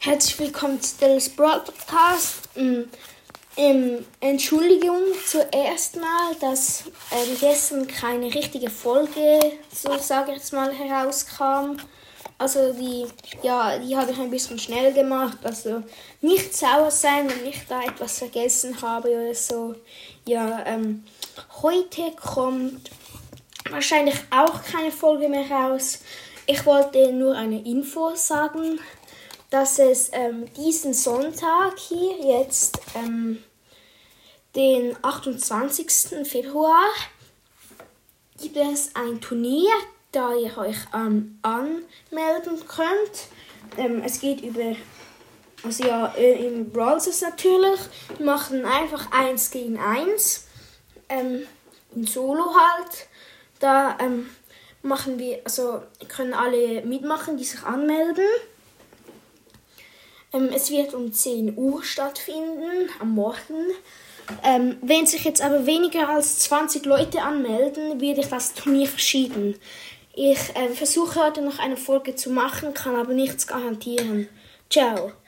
Herzlich willkommen zu Dallas Broad Podcast. Entschuldigung zuerst mal, dass gestern keine richtige Folge, so sage ich jetzt mal, herauskam. Also die habe ich ein bisschen schnell gemacht. Also nicht sauer sein, wenn ich da etwas vergessen habe oder so. Heute kommt wahrscheinlich auch keine Folge mehr raus. Ich wollte nur eine Info sagen, dass es diesen Sonntag hier jetzt, den 28. Februar, gibt es ein Turnier, da ihr euch anmelden könnt. Es geht über, im Brawl Stars natürlich. Wir machen einfach 1 gegen 1, in Solo halt. Da können alle mitmachen, die sich anmelden. Es wird um 10 Uhr stattfinden, am Morgen. Wenn sich jetzt aber weniger als 20 Leute anmelden, werde ich das Turnier verschieben. Ich versuche heute noch eine Folge zu machen, kann aber nichts garantieren. Ciao.